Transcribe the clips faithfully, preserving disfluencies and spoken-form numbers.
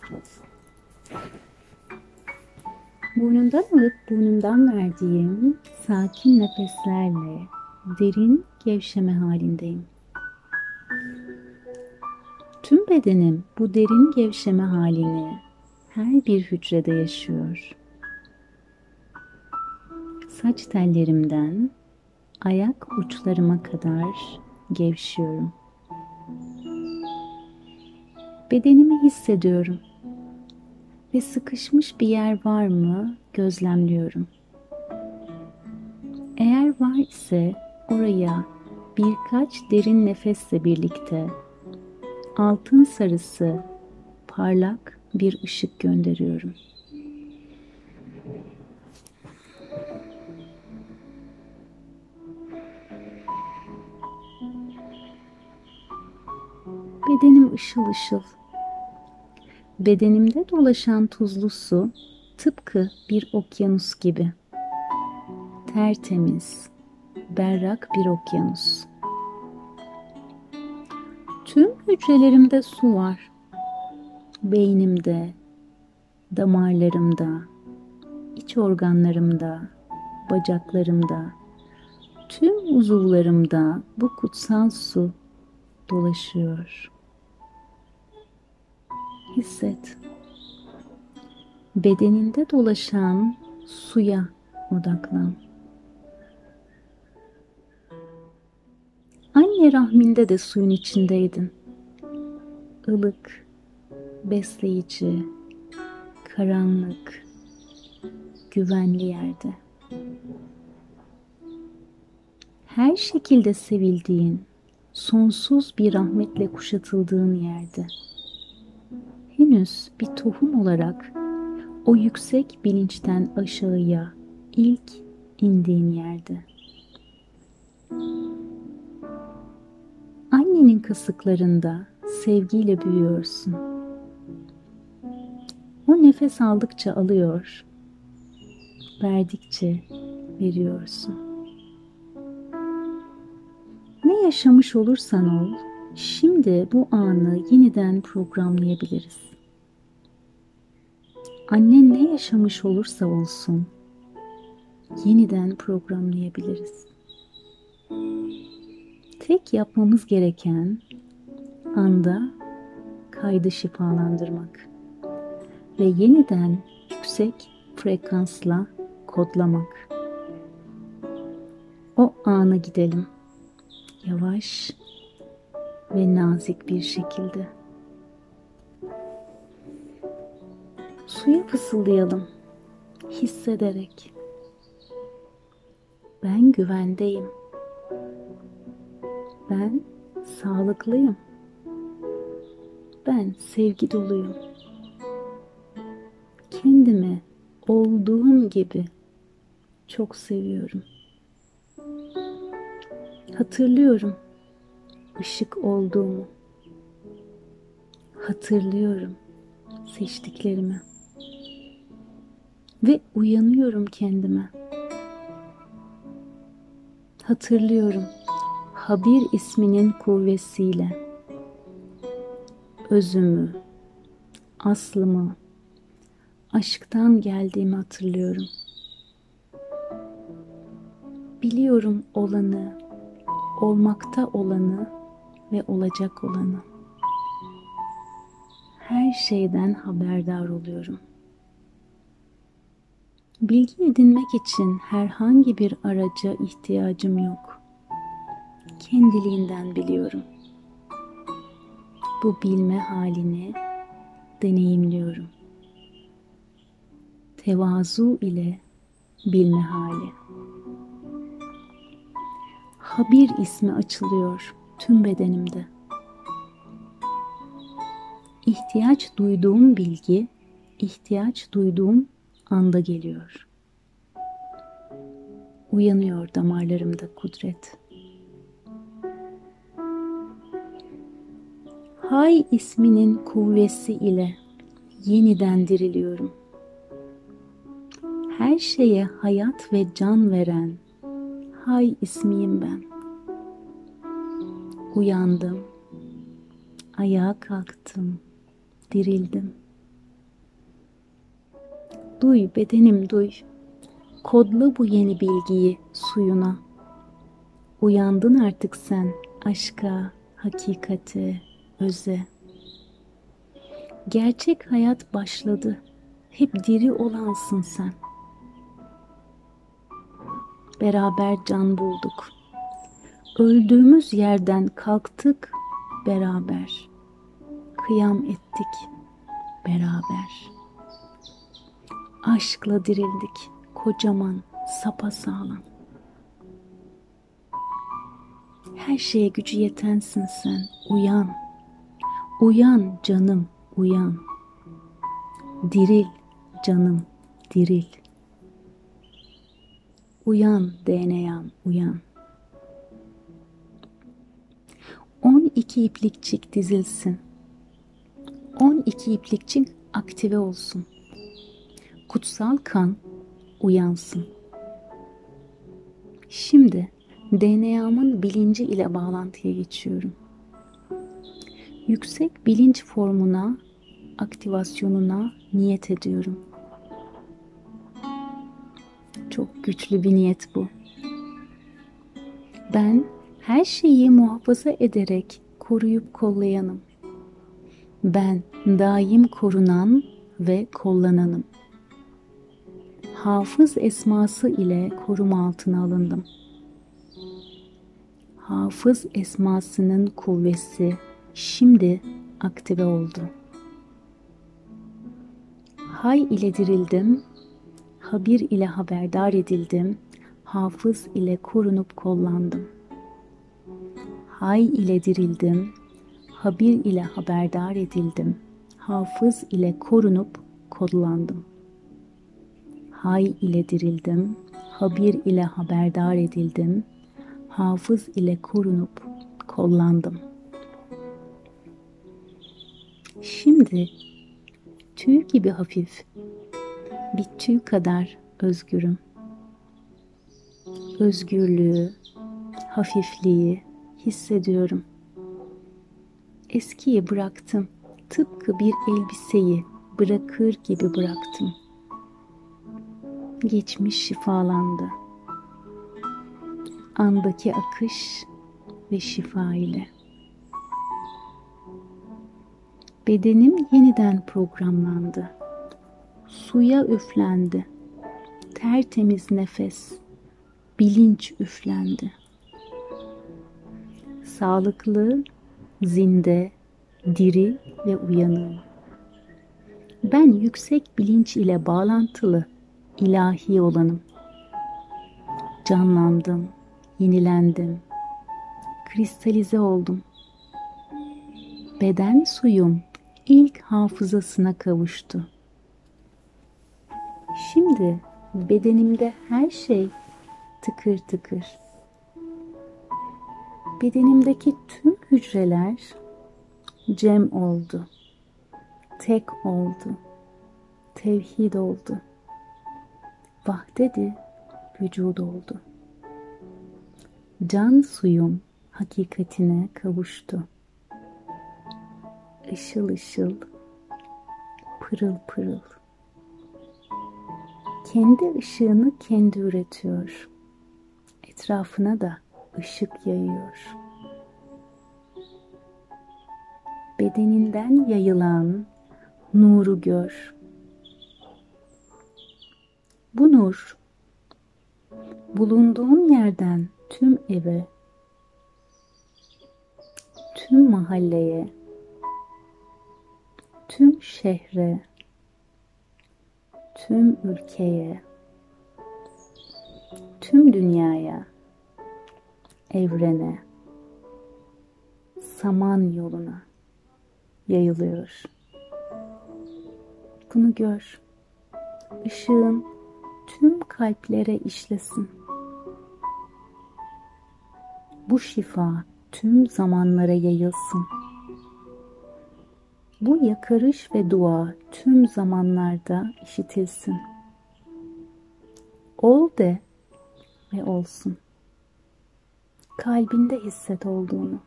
Burnundan alıp burnumdan verdiğim sakin nefeslerle derin gevşeme halindeyim. Tüm bedenim bu derin gevşeme halini her bir hücrede yaşıyor. Saç tellerimden ayak uçlarıma kadar gevşiyorum. Bedenimi hissediyorum ve sıkışmış bir yer var mı gözlemliyorum. Eğer var ise oraya birkaç derin nefesle birlikte altın sarısı parlak bir ışık gönderiyorum. Bedenim ışıl ışıl. Bedenimde dolaşan tuzlu su tıpkı bir okyanus gibi. Tertemiz, berrak bir okyanus. Tüm hücrelerimde su var. Beynimde, damarlarımda, iç organlarımda, bacaklarımda, tüm uzuvlarımda bu kutsal su dolaşıyor. Hisset. Bedeninde dolaşan suya odaklan. Anne rahminde de suyun içindeydin. Ilık, besleyici, karanlık, güvenli yerde. Her şekilde sevildiğin, sonsuz bir rahmetle kuşatıldığın yerde. Henüz bir tohum olarak o yüksek bilinçten aşağıya ilk indiğin yerde. Annenin kasıklarında sevgiyle büyüyorsun. O nefes aldıkça alıyor, verdikçe veriyorsun. Ne yaşamış olursan ol, şimdi bu anı yeniden programlayabiliriz. Annen ne yaşamış olursa olsun, yeniden programlayabiliriz. Tek yapmamız gereken anda kaydı şifalandırmak ve yeniden yüksek frekansla kodlamak. O ana gidelim. Yavaş ve nazik bir şekilde. Suya fısıldayalım, hissederek. Ben güvendeyim. Ben sağlıklıyım. Ben sevgi doluyum. Kendimi olduğum gibi çok seviyorum. Hatırlıyorum ışık olduğumu. Hatırlıyorum seçtiklerimi. Ve uyanıyorum kendime. Hatırlıyorum Habir isminin kuvvesiyle özümü, aslımı, aşktan geldiğimi hatırlıyorum. Biliyorum olanı, olmakta olanı ve olacak olanı. Her şeyden haberdar oluyorum. Bilgi edinmek için herhangi bir araca ihtiyacım yok. Kendiliğinden biliyorum. Bu bilme halini deneyimliyorum. Tevazu ile bilme hali. Habir ismi açılıyor tüm bedenimde. İhtiyaç duyduğum bilgi, ihtiyaç duyduğum anda geliyor. Uyanıyor damarlarımda kudret. Hay isminin kuvvesi ile yeniden diriliyorum. Her şeye hayat ve can veren Hay ismiyim ben. Uyandım, ayağa kalktım, dirildim. Duy bedenim duy. Kodla bu yeni bilgiyi suyuna. Uyandın artık sen aşka, hakikate, öze. Gerçek hayat başladı. Hep diri olansın sen. Beraber can bulduk. Öldüğümüz yerden kalktık beraber. Kıyam ettik beraber. Aşkla dirildik kocaman, sapasağlam. Her şeye gücü yetensin sen. Uyan. Uyan canım, uyan. Diril canım, diril. Uyan D N A'm, uyan. On iki iplikçik dizilsin. On iki iplikçik aktive olsun. Kutsal kan uyansın. Şimdi D N A'mın bilinci ile bağlantıya geçiyorum. Yüksek bilinç formuna, aktivasyonuna niyet ediyorum. Çok güçlü bir niyet bu. Ben her şeyi muhafaza ederek koruyup kollayanım. Ben daim korunan ve kollananım. Hafız esması ile koruma altına alındım. Hafız esmasının kuvvesi şimdi aktive oldu. Hay ile dirildim, habir ile haberdar edildim, hafız ile korunup kollandım. Hay ile dirildim, habir ile haberdar edildim, hafız ile korunup kollandım. Hay ile dirildim, habir ile haberdar edildim, hafız ile korunup kollandım. Şimdi tüy gibi hafif, bir tüy kadar özgürüm. Özgürlüğü, hafifliği hissediyorum. Eskiyi bıraktım, tıpkı bir elbiseyi bırakır gibi bıraktım. Geçmiş şifalandı. Andaki akış ve şifa ile. Bedenim yeniden programlandı. Suya üflendi. Tertemiz nefes, bilinç üflendi. Sağlıklı, zinde, diri ve uyanığım. Ben yüksek bilinç ile bağlantılı, ilahi olanım. Canlandım, yenilendim, kristalize oldum. Beden suyum ilk hafızasına kavuştu. Şimdi bedenimde her şey tıkır tıkır. Bedenimdeki tüm hücreler cem oldu, tek oldu, tevhid oldu, vahdedi vücud oldu. Can suyum hakikatine kavuştu. Işıl ışıl, pırıl pırıl. Kendi ışığını kendi üretiyor. Etrafına da ışık yayıyor. Bedeninden yayılan nuru gör. Bu nur, bulunduğun yerden tüm eve, tüm mahalleye, tüm şehre, tüm ülkeye, tüm dünyaya, evrene, saman yoluna yayılıyor. Bunu gör. Işığın tüm kalplere işlesin. Bu şifa tüm zamanlara yayılsın. Bu yakarış ve dua tüm zamanlarda işitilsin. Ol de ve olsun. Kalbinde hisset olduğunu.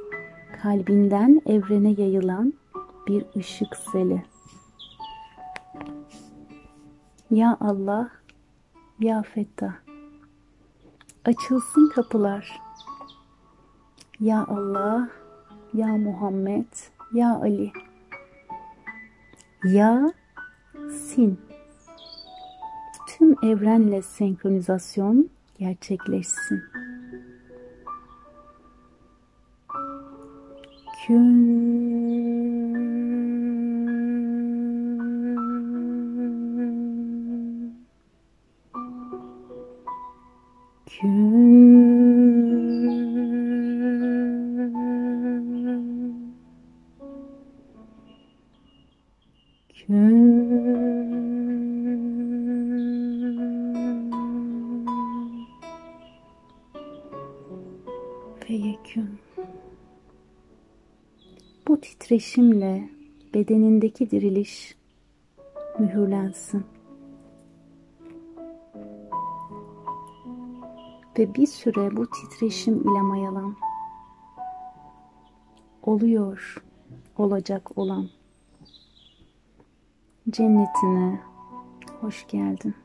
Kalbinden evrene yayılan bir ışık seli. Ya Allah, ya Fettah, açılsın kapılar. Ya Allah, ya Muhammed, ya Ali, ya Sin. Tüm evrenle senkronizasyon gerçekleşsin. Kün. Kün. Kün. Feyekün. Bu titreşimle bedenindeki diriliş mühürlensin. Ve bir süre bu titreşim ile mayalan. Oluyor, olacak olan. Cennetine hoş geldin.